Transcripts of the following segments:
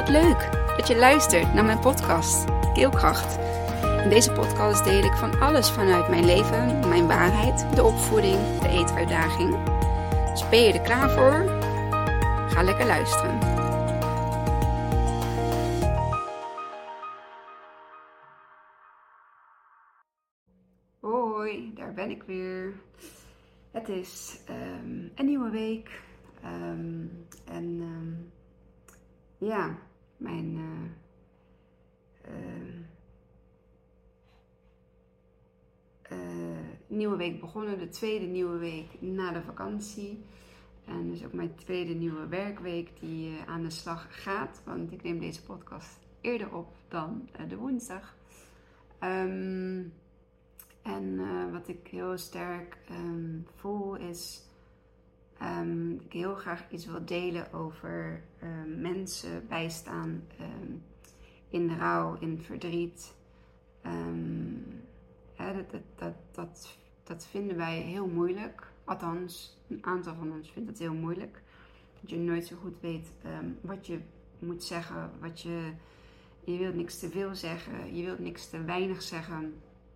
Wat leuk dat je luistert naar mijn podcast, Keelkracht. In deze podcast deel ik van alles vanuit mijn leven, mijn waarheid, de opvoeding, de eetuitdaging. Dus ben je er klaar voor? Ga lekker luisteren. Hoi, daar ben ik weer. Het is een nieuwe week. Mijn nieuwe week begonnen. De tweede nieuwe week na de vakantie. En dus ook mijn tweede nieuwe werkweek die aan de slag gaat. Want ik neem deze podcast eerder op dan de woensdag. Wat ik heel sterk voel is dat ik heel graag iets wil delen over mensen bijstaan in rouw, in verdriet. Dat vinden wij heel moeilijk. Althans, een aantal van ons vindt het heel moeilijk. Dat je nooit zo goed weet wat je moet zeggen. Je wilt niks te veel zeggen. Je wilt niks te weinig zeggen.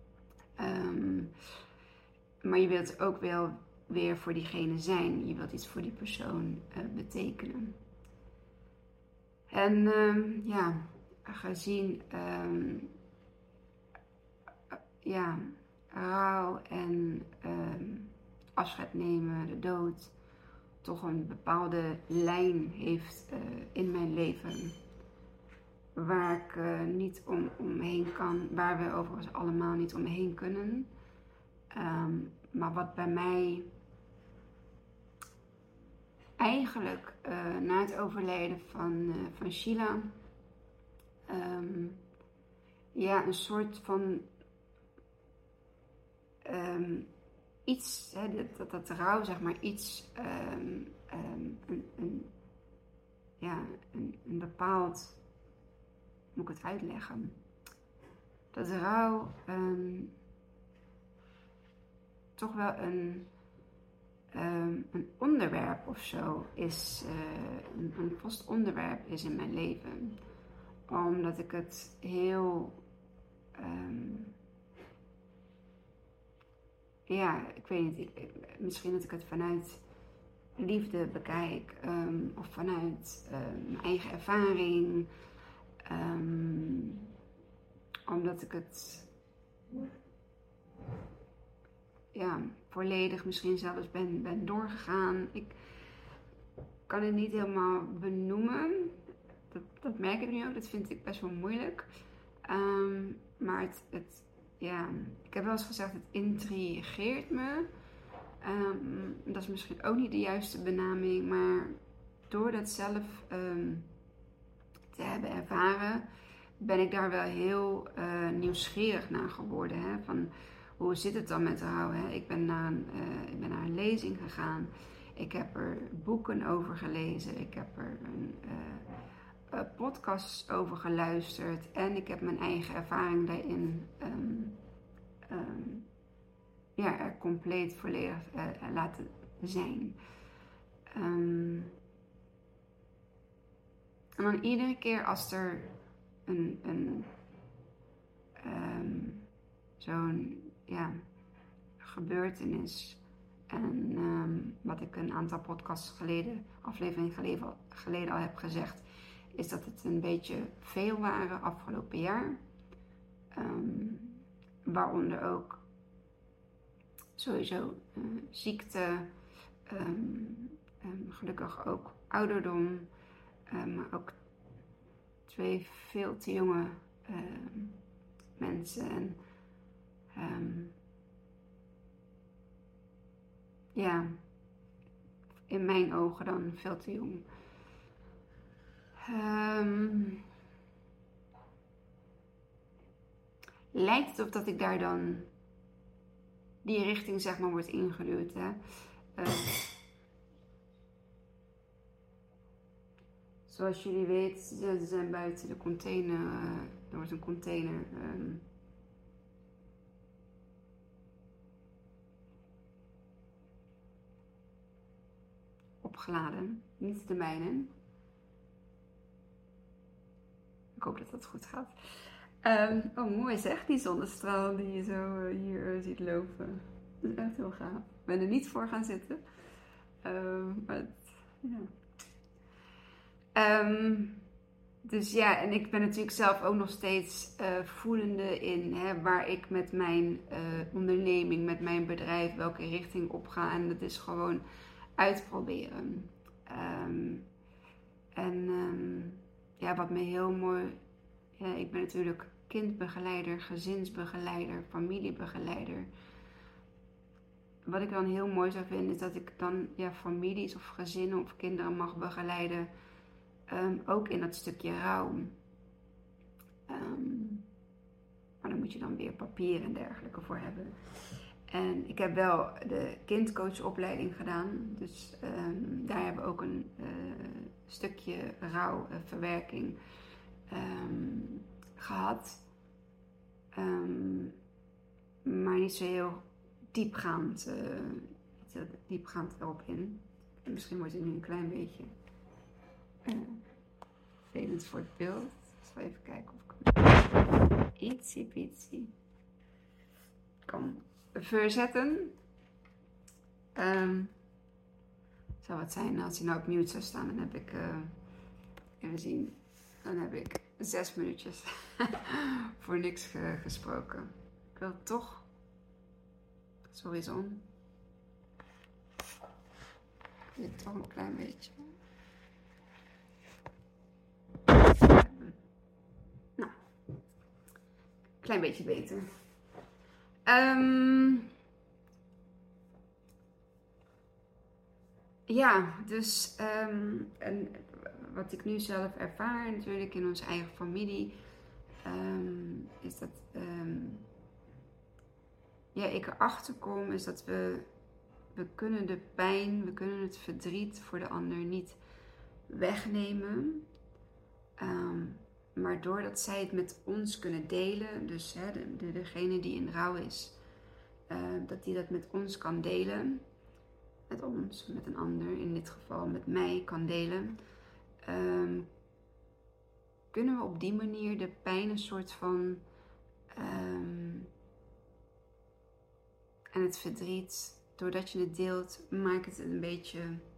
Maar je wilt ook wel weer voor diegene zijn. Je wilt iets voor die persoon betekenen. En gezien rouw en afscheid nemen, de dood, toch een bepaalde lijn heeft in mijn leven. Waar ik niet omheen kan, waar we overigens allemaal niet omheen kunnen. Maar wat bij mij eigenlijk na het overlijden van Sheila een soort van iets, dat rouw zeg maar iets, een bepaald, moet ik het uitleggen, dat rouw toch wel een onderwerp of zo is, een vast onderwerp is in mijn leven. Omdat ik het heel, ik weet niet, misschien dat ik het vanuit liefde bekijk, of vanuit mijn eigen ervaring, omdat ik het volledig misschien zelfs ben doorgegaan. Ik kan het niet helemaal benoemen. Dat merk ik nu ook. Dat vind ik best wel moeilijk. Maar ik heb wel eens gezegd, het intrigeert me. Dat is misschien ook niet de juiste benaming. Maar door dat zelf te hebben ervaren, ben ik daar wel heel nieuwsgierig naar geworden. Hè? Van, hoe zit het dan met rouw? Hè? Ik ben naar een lezing gegaan. Ik heb er boeken over gelezen. Ik heb er een podcast over geluisterd. En ik heb mijn eigen ervaring daarin er compleet volledig laten zijn. En dan iedere keer als er zo'n gebeurtenis, en wat ik een aantal afleveringen geleden al heb gezegd, is dat het een beetje veel waren afgelopen jaar. Waaronder ook sowieso ziekte, gelukkig ook ouderdom, maar ook 2 veel te jonge mensen. En in mijn ogen dan veel te jong. Lijkt het op dat ik daar dan die richting zeg maar wordt ingeduwd. Hè? Zoals jullie weten, ze zijn buiten de container. Er wordt een container opgeladen. Niet de mijne. hoop dat dat goed gaat. Oh, mooi zeg, die zonnestraal die je zo hier ziet lopen. Dat is echt heel gaaf. Ik ben er niet voor gaan zitten. Maar ja. Dus ja, en ik ben natuurlijk zelf ook nog steeds voelende in waar ik met mijn onderneming, met mijn bedrijf, welke richting op ga. En dat is gewoon uitproberen. Ja, wat me heel mooi... Ja, ik ben natuurlijk kindbegeleider, gezinsbegeleider, familiebegeleider. Wat ik dan heel mooi zou vinden is dat ik dan families of gezinnen of kinderen mag begeleiden. Ook in dat stukje rouw. Maar daar moet je dan weer papier en dergelijke voor hebben. En ik heb wel de kindcoachopleiding gedaan. Dus daar hebben we ook een stukje rouwverwerking gehad. Maar niet zo heel diepgaand erop in. En misschien wordt het nu een klein beetje vervelend voor het beeld. Ik zal even kijken of ik ietsie kan verzetten. Zou het zijn als hij nou op mute zou staan, dan heb ik even zien. Dan heb ik 6 minuutjes voor niks gesproken. Ik wil toch. Sorry, zon. Dit toch een klein beetje. Nou, een klein beetje beter. Ja, dus en wat ik nu zelf ervaar natuurlijk in onze eigen familie, is dat ik erachter kom, is dat we kunnen de pijn, we kunnen het verdriet voor de ander niet wegnemen. Maar doordat zij het met ons kunnen delen, dus degene die in rouw is, dat die dat met ons kan delen, met ons, met een ander, in dit geval met mij kan delen, kunnen we op die manier de pijn een soort van en het verdriet, doordat je het deelt, maakt het een beetje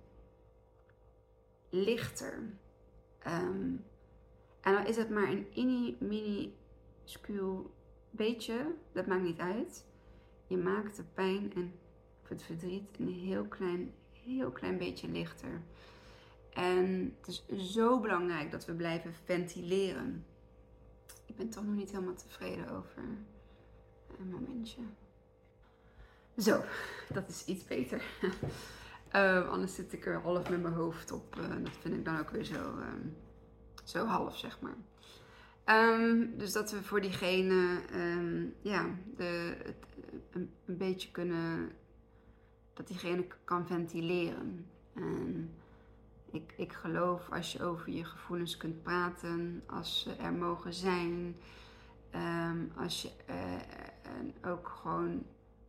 lichter. En dan is het maar een minuscuul beetje, dat maakt niet uit. Je maakt de pijn en het verdriet een heel klein beetje lichter. En het is zo belangrijk dat we blijven ventileren. Ik ben toch nog niet helemaal tevreden over een momentje. Zo, dat is iets beter. Anders zit ik er half met mijn hoofd op. Dat vind ik dan ook weer zo half, zeg maar. Dus dat we voor diegene een beetje kunnen, dat diegene kan ventileren. En ik geloof als je over je gevoelens kunt praten, als ze er mogen zijn, als je ook gewoon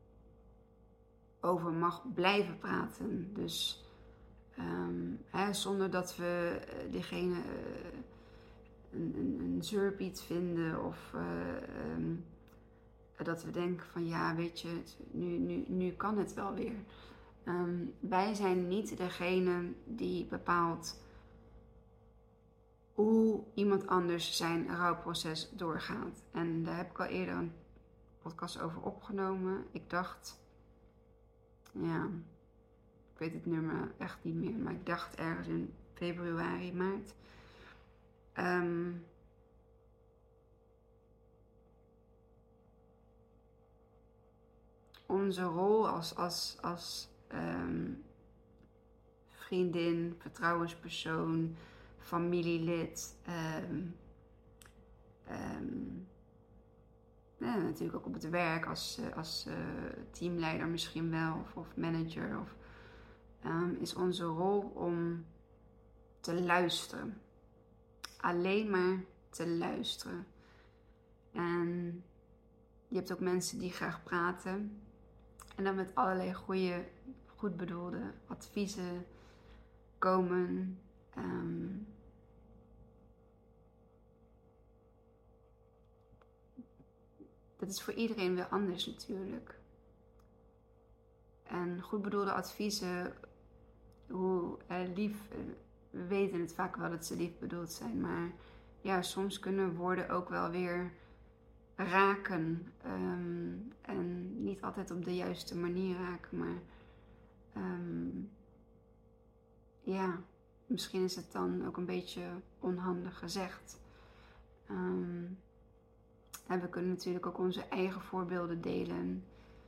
over mag blijven praten. Dus zonder dat we diegene een zeurpiet vinden of dat we denken van ja, weet je, nu kan het wel weer. Wij zijn niet degene die bepaalt hoe iemand anders zijn rouwproces doorgaat. En daar heb ik al eerder een podcast over opgenomen. Ik dacht, ik weet het nummer echt niet meer, maar ik dacht ergens in februari, maart. Onze rol als vriendin, vertrouwenspersoon, familielid, natuurlijk ook op het werk als teamleider misschien wel of manager, is onze rol om te luisteren. Alleen maar te luisteren. En je hebt ook mensen die graag praten en dan met allerlei goed bedoelde adviezen komen. dat is voor iedereen weer anders natuurlijk. En goed bedoelde adviezen, hoe lief, we weten het vaak wel dat ze lief bedoeld zijn, maar ja, soms kunnen woorden ook wel weer raken. En niet altijd op de juiste manier raken, maar ja, misschien is het dan ook een beetje onhandig gezegd. En we kunnen natuurlijk ook onze eigen voorbeelden delen.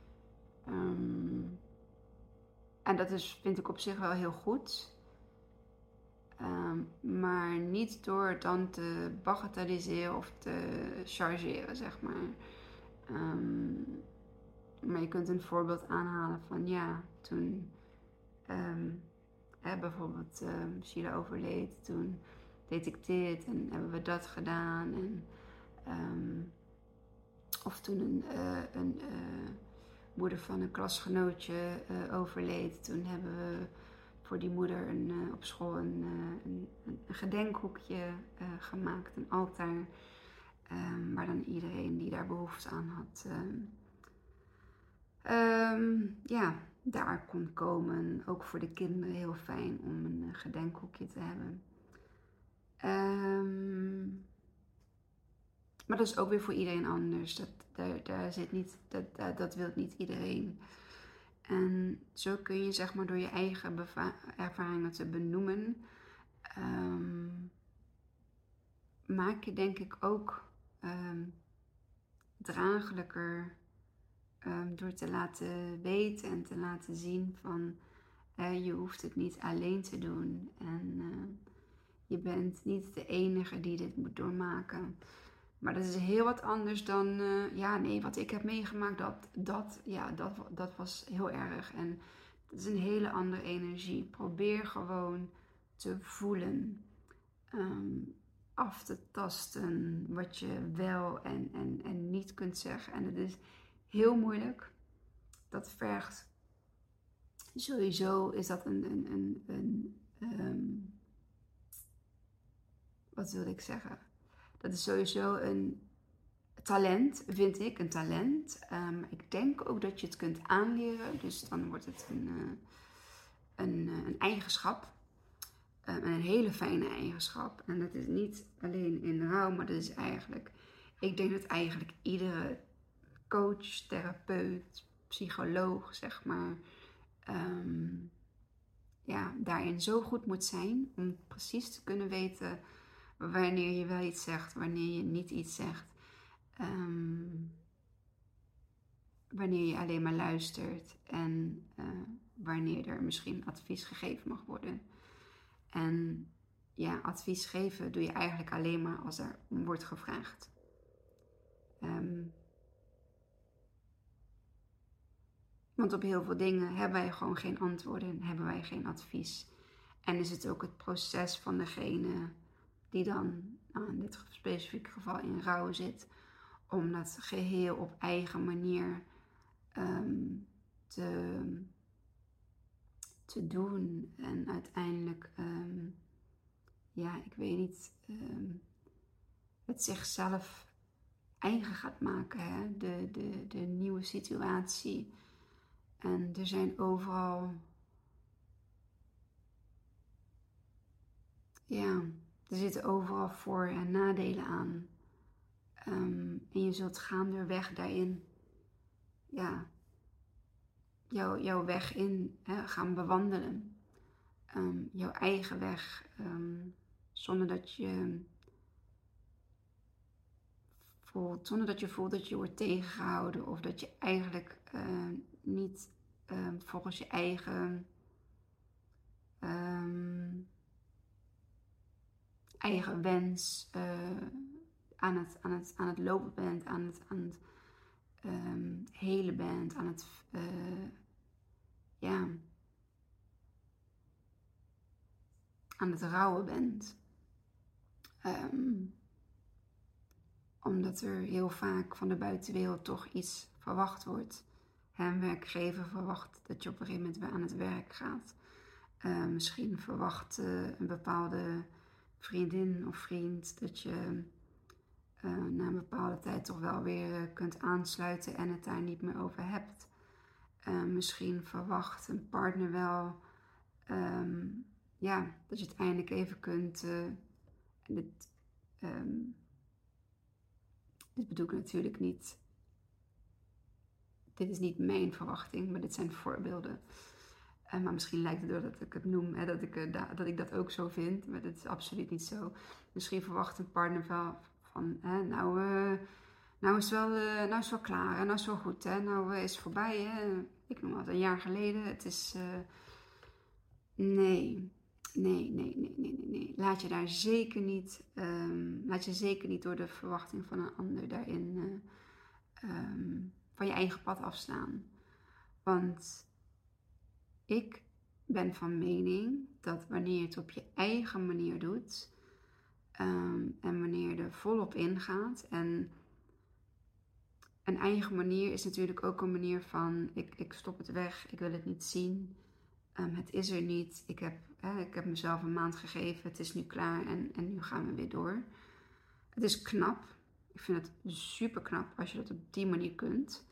En dat is, vind ik op zich wel heel goed. Maar niet door het dan te bagatelliseren of te chargeren, zeg maar. Maar je kunt een voorbeeld aanhalen van ja, toen bijvoorbeeld Sheila overleed, toen deed ik dit en hebben we dat gedaan. En, of toen een moeder van een klasgenootje overleed, toen hebben we voor die moeder op school een gedenkhoekje gemaakt, een altaar, waar dan iedereen die daar behoefte aan had, daar kon komen. Ook voor de kinderen heel fijn om een gedenkhoekje te hebben. Maar dat is ook weer voor iedereen anders. Dat wil niet iedereen. En zo kun je zeg maar door je eigen ervaringen te benoemen, maak je denk ik ook draaglijker door te laten weten en te laten zien van je hoeft het niet alleen te doen. En je bent niet de enige die dit moet doormaken. Maar dat is heel wat anders dan, wat ik heb meegemaakt, dat was heel erg. En dat is een hele andere energie. Probeer gewoon te voelen, af te tasten wat je wel en niet kunt zeggen. En het is heel moeilijk. Dat vergt, sowieso is dat wat wil ik zeggen? Dat is sowieso een talent, vind ik, een talent. Ik denk ook dat je het kunt aanleren. Dus dan wordt het een eigenschap. Een hele fijne eigenschap. En dat is niet alleen in rouw, maar dat is eigenlijk... Ik denk dat eigenlijk iedere coach, therapeut, psycholoog, zeg maar... daarin zo goed moet zijn om precies te kunnen weten... wanneer je wel iets zegt, wanneer je niet iets zegt. Wanneer je alleen maar luistert en wanneer er misschien advies gegeven mag worden. En ja, advies geven doe je eigenlijk alleen maar als er om wordt gevraagd. Want op heel veel dingen hebben wij gewoon geen antwoorden, hebben wij geen advies. En is het ook het proces van degene die dan, in dit specifieke geval in rouw zit, om dat geheel op eigen manier te doen. En uiteindelijk, ik weet niet, het zichzelf eigen gaat maken, hè? De nieuwe situatie. En er zijn overal, er zitten overal voor- en nadelen aan. En je zult gaandeweg daarin, jouw weg in gaan bewandelen. Jouw eigen weg, zonder dat je voelt dat je wordt tegengehouden. Of dat je eigenlijk niet volgens je eigen wens aan het lopen bent, aan het helen bent, aan het aan het rouwen bent. Omdat er heel vaak van de buitenwereld toch iets verwacht wordt. Een werkgever verwacht dat je op een gegeven moment weer aan het werk gaat. Misschien verwacht een bepaalde vriendin of vriend dat je na een bepaalde tijd toch wel weer kunt aansluiten en het daar niet meer over hebt. Misschien verwacht een partner wel dat je het eindelijk even kunt. Dit bedoel ik natuurlijk niet. Dit is niet mijn verwachting, maar dit zijn voorbeelden. Maar misschien lijkt het doordat ik het noem, dat ik dat ook zo vind. Maar dat is absoluut niet zo. Misschien verwacht een partner wel van, nou is het wel klaar, hè? Nou is het wel goed, hè? Nou is het voorbij, hè? Ik noem het een jaar geleden. Het is, nee. Laat je daar zeker niet, door de verwachting van een ander daarin van je eigen pad afslaan. Want ik ben van mening dat wanneer je het op je eigen manier doet en wanneer je er volop ingaat, en een eigen manier is natuurlijk ook een manier van ik stop het weg, ik wil het niet zien, het is er niet, ik heb mezelf een maand gegeven, het is nu klaar en nu gaan we weer door. Het is knap, ik vind het super knap als je dat op die manier kunt.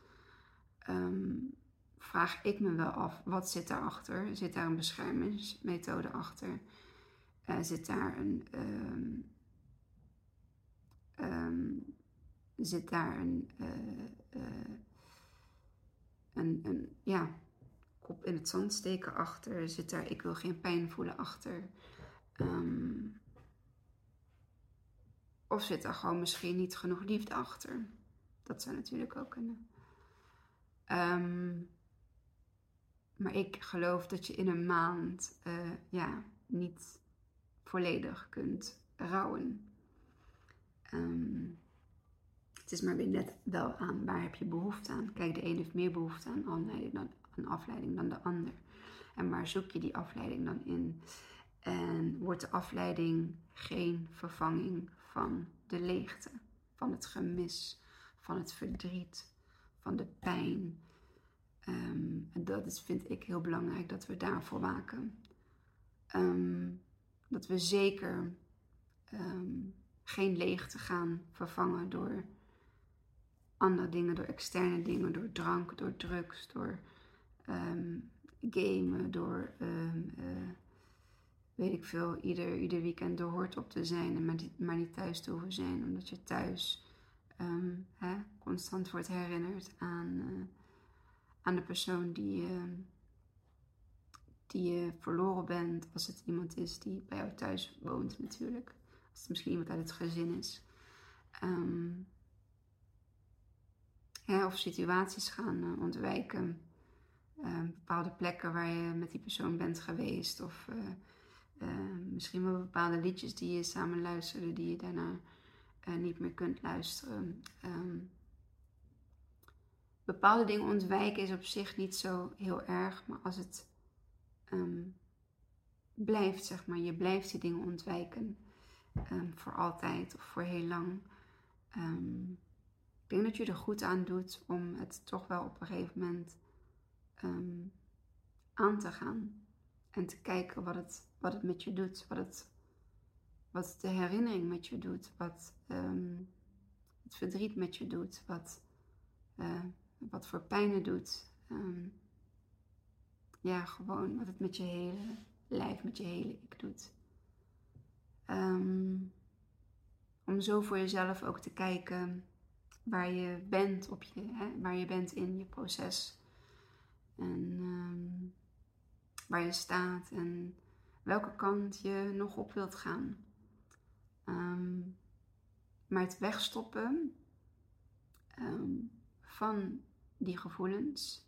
Vraag ik me wel af, wat zit daarachter? Zit daar een beschermingsmethode achter? Zit daar een kop in het zand steken achter? Zit daar ik wil geen pijn voelen achter? Of zit daar gewoon misschien niet genoeg liefde achter? Dat zou natuurlijk ook kunnen. Maar ik geloof dat je in een maand niet volledig kunt rouwen. Het is maar weer net wel aan waar heb je behoefte aan. Kijk, de een heeft meer behoefte aan afleiding dan de ander. En waar zoek je die afleiding dan in? En wordt de afleiding geen vervanging van de leegte, van het gemis, van het verdriet, van de pijn? En dat vind ik heel belangrijk, dat we daarvoor waken. Dat we zeker geen leegte gaan vervangen door andere dingen, door externe dingen, door drank, door drugs, door gamen, door weet ik veel, ieder weekend er hoort op te zijn en maar niet thuis te hoeven zijn, omdat je thuis constant wordt herinnerd aan de persoon die je verloren bent, als het iemand is die bij jou thuis woont natuurlijk. Als het misschien iemand uit het gezin is. Of situaties gaan ontwijken. Bepaalde plekken waar je met die persoon bent geweest. Of misschien wel bepaalde liedjes die je samen luisterde, die je daarna niet meer kunt luisteren. Bepaalde dingen ontwijken is op zich niet zo heel erg, maar als het blijft, zeg maar, je blijft die dingen ontwijken voor altijd of voor heel lang. Ik denk dat je er goed aan doet om het toch wel op een gegeven moment aan te gaan en te kijken wat het met je doet, wat de herinnering met je doet, wat het verdriet met je doet, wat voor pijn het doet. Gewoon wat het met je hele lijf, met je hele ik doet. Om zo voor jezelf ook te kijken waar je bent waar je bent in je proces. En waar je staat en welke kant je nog op wilt gaan. Maar het wegstoppen van die gevoelens,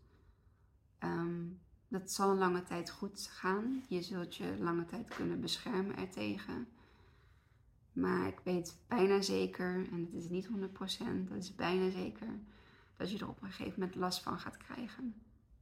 dat zal een lange tijd goed gaan. Je zult je lange tijd kunnen beschermen ertegen. Maar ik weet bijna zeker, en het is niet 100%, dat is bijna zeker, dat je er op een gegeven moment last van gaat krijgen.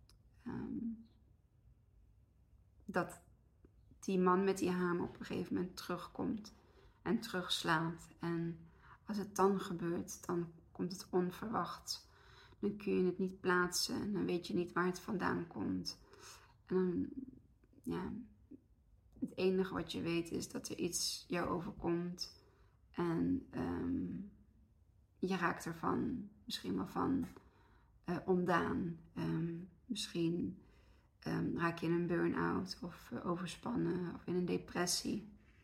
Dat die man met die hamer op een gegeven moment terugkomt en terugslaat. En als het dan gebeurt, dan komt het onverwachts. Dan kun je het niet plaatsen en dan weet je niet waar het vandaan komt. En dan, het enige wat je weet is dat er iets jou overkomt. En je raakt ervan misschien wel van ontdaan. Misschien raak je in een burn-out of overspannen of in een depressie.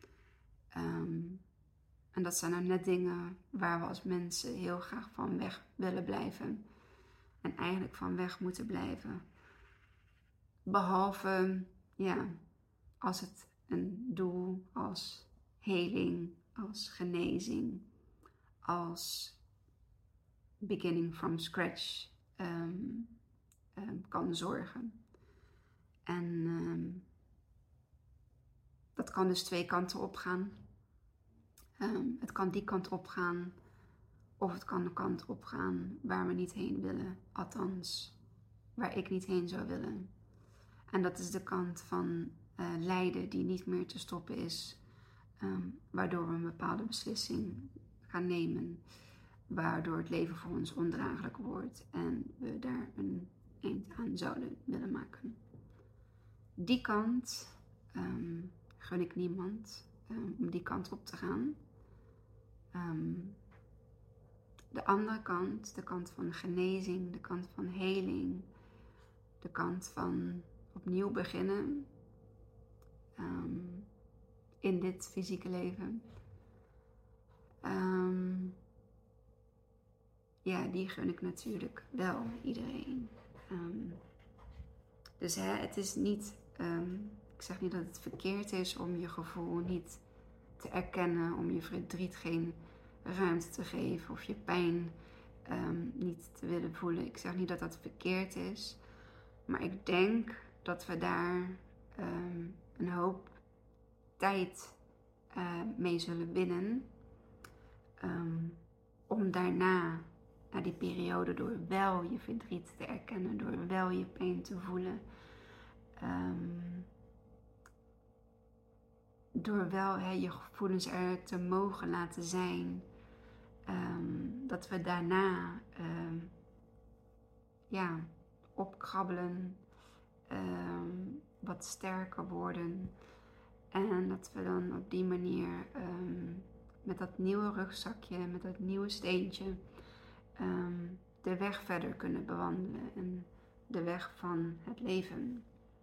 En dat zijn nou net dingen waar we als mensen heel graag van weg willen blijven. En eigenlijk van weg moeten blijven. Behalve, als het een doel als heling, als genezing, als beginning from scratch kan zorgen. En dat kan dus twee kanten op gaan. Het kan die kant op gaan, of het kan de kant op gaan waar we niet heen willen. Althans, waar ik niet heen zou willen. En dat is de kant van lijden die niet meer te stoppen is. Waardoor we een bepaalde beslissing gaan nemen. Waardoor het leven voor ons ondraaglijk wordt. En we daar een eind aan zouden willen maken. Die kant gun ik niemand om die kant op te gaan. De andere kant, de kant van genezing, de kant van heling, de kant van opnieuw beginnen in dit fysieke leven. Die gun ik natuurlijk wel iedereen. Dus het is niet, ik zeg niet dat het verkeerd is om je gevoel niet te erkennen, om je verdriet geen ruimte te geven of je pijn niet te willen voelen. Ik zeg niet dat dat verkeerd is, maar ik denk dat we daar een hoop tijd mee zullen winnen om daarna, na die periode, door wel je verdriet te erkennen, door wel je pijn te voelen, door wel je gevoelens er te mogen laten zijn, dat we daarna opkrabbelen, wat sterker worden en dat we dan op die manier met dat nieuwe rugzakje, met dat nieuwe steentje de weg verder kunnen bewandelen en de weg van het leven.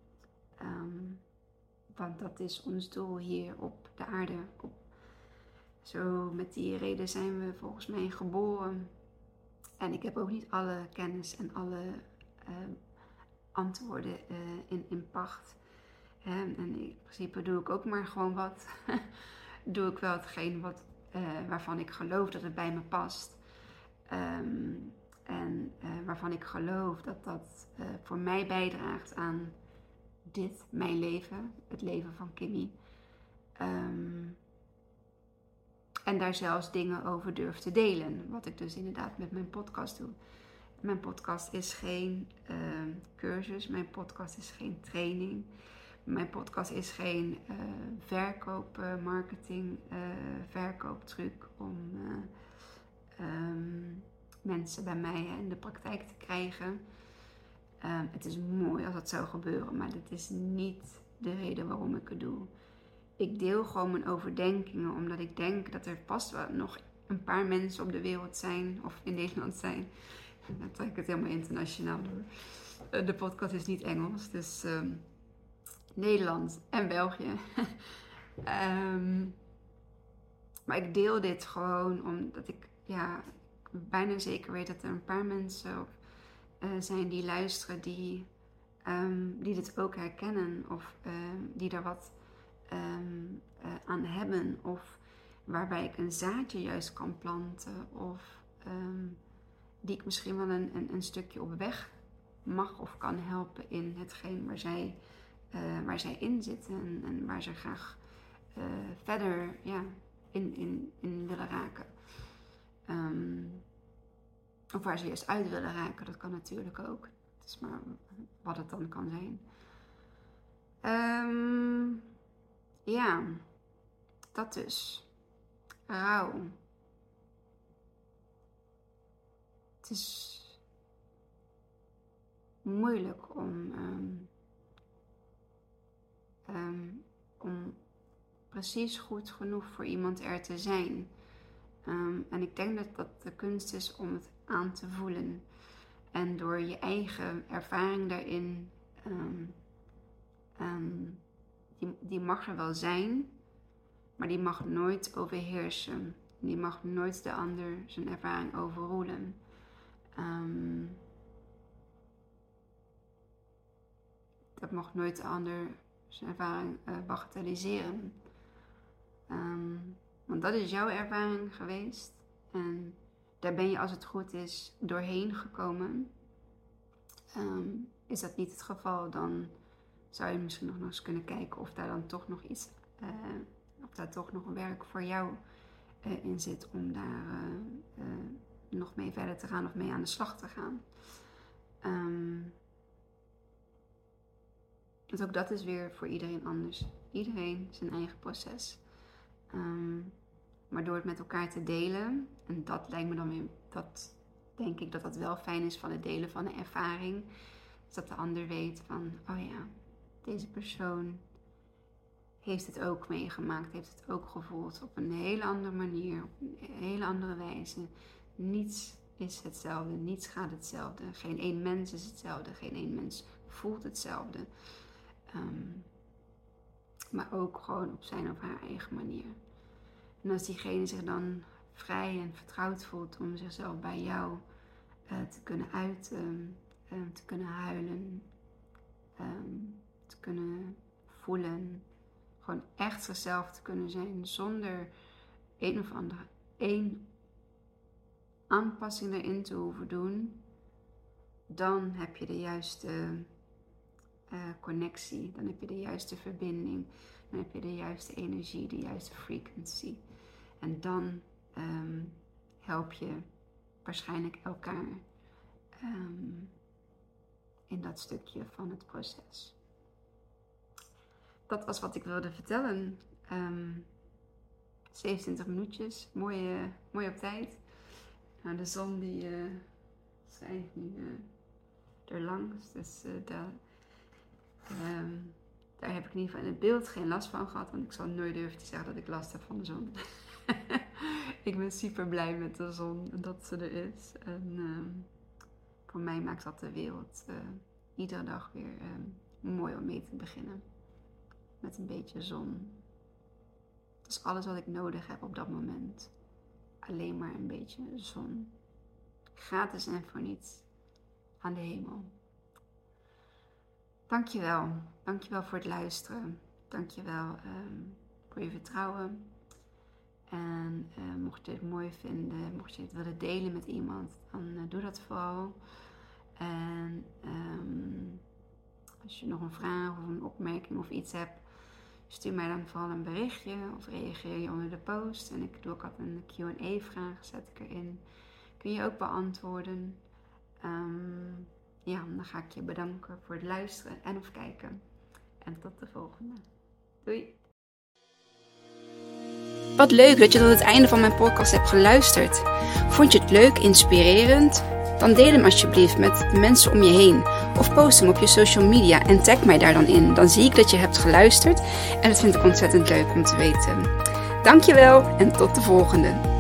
Want dat is ons doel hier op de aarde. Zo met die reden zijn we volgens mij geboren. En ik heb ook niet alle kennis en alle antwoorden in pacht. En in principe doe ik ook maar gewoon wat. Doe ik wel hetgeen waarvan ik geloof dat het bij me past. En waarvan ik geloof dat dat voor mij bijdraagt aan mijn leven. Het leven van Kimmy. En daar zelfs dingen over durf te delen. Wat ik dus inderdaad met mijn podcast doe. Mijn podcast is geen cursus. Mijn podcast is geen training. Mijn podcast is geen marketing, verkooptruc om mensen bij mij in de praktijk te krijgen. Het is mooi als dat zou gebeuren, maar dat is niet de reden waarom ik het doe. Ik deel gewoon mijn overdenkingen, omdat ik denk dat er vast wel nog een paar mensen op de wereld zijn, of in Nederland zijn. Dan trek ik het helemaal internationaal door. De podcast is niet Engels, dus Nederland en België. Maar ik deel dit gewoon omdat ik bijna zeker weet dat er een paar mensen zijn die luisteren die dit ook herkennen of die daar wat aan hebben of waarbij ik een zaadje juist kan planten of die ik misschien wel een stukje op weg mag of kan helpen in hetgeen waar zij in zitten en waar ze graag verder in willen raken. Of waar ze juist uit willen raken, dat kan natuurlijk ook. Het is maar wat het dan kan zijn. Dat dus. Rouw. Het is moeilijk om precies goed genoeg voor iemand er te zijn. En ik denk dat de kunst is om het aan te voelen. En door je eigen ervaring daarin, die mag er wel zijn, maar die mag nooit overheersen. Die mag nooit de ander zijn ervaring overroelen. Dat mag nooit de ander zijn ervaring bagatelliseren. Want dat is jouw ervaring geweest. En daar ben je, als het goed is, doorheen gekomen. Is dat niet het geval, dan zou je misschien nog eens kunnen kijken of daar dan toch nog iets, of daar toch nog werk voor jou in zit om daar nog mee verder te gaan of mee aan de slag te gaan. Want ook dat is weer voor iedereen anders. Iedereen zijn eigen proces. Maar door het met elkaar te delen, en dat lijkt me dan weer, dat denk ik dat wel fijn is van het delen van een ervaring. Dus dat de ander weet van, oh ja, deze persoon heeft het ook meegemaakt, heeft het ook gevoeld op een hele andere manier, op een hele andere wijze. Niets is hetzelfde, niets gaat hetzelfde. Geen één mens is hetzelfde, geen één mens voelt hetzelfde. Maar ook gewoon op zijn of haar eigen manier. En als diegene zich dan vrij en vertrouwd voelt om zichzelf bij jou te kunnen uiten, te kunnen huilen, te kunnen voelen, gewoon echt zichzelf te kunnen zijn zonder een of andere aanpassing erin te hoeven doen, dan heb je de juiste connectie, dan heb je de juiste verbinding, dan heb je de juiste energie, de juiste frequency. En dan help je waarschijnlijk elkaar in dat stukje van het proces. Dat was wat ik wilde vertellen. 27 minuutjes, mooi op tijd. Nou, de zon die schijnt nu er langs, dus daar heb ik in ieder geval in het beeld geen last van gehad, want ik zal nooit durven te zeggen dat ik last heb van de zon. Ik ben super blij met de zon en dat ze er is. En voor mij maakt dat de wereld iedere dag weer mooi om mee te beginnen. Met een beetje zon. Dat is alles wat ik nodig heb op dat moment. Alleen maar een beetje zon. Gratis en voor niets. Aan de hemel. Dankjewel. Dankjewel voor het luisteren. Dankjewel voor je vertrouwen. En mocht je het mooi vinden, mocht je het willen delen met iemand, dan doe dat vooral. En als je nog een vraag of een opmerking of iets hebt, stuur mij dan vooral een berichtje of reageer je onder de post. En ik doe ook altijd een Q&A-vraag, zet ik erin. Kun je ook beantwoorden. Dan ga ik je bedanken voor het luisteren en of kijken. En tot de volgende. Doei! Wat leuk dat je tot het einde van mijn podcast hebt geluisterd. Vond je het leuk, inspirerend? Dan deel hem alsjeblieft met de mensen om je heen. Of post hem op je social media en tag mij daar dan in. Dan zie ik dat je hebt geluisterd en dat vind ik ontzettend leuk om te weten. Dankjewel en tot de volgende.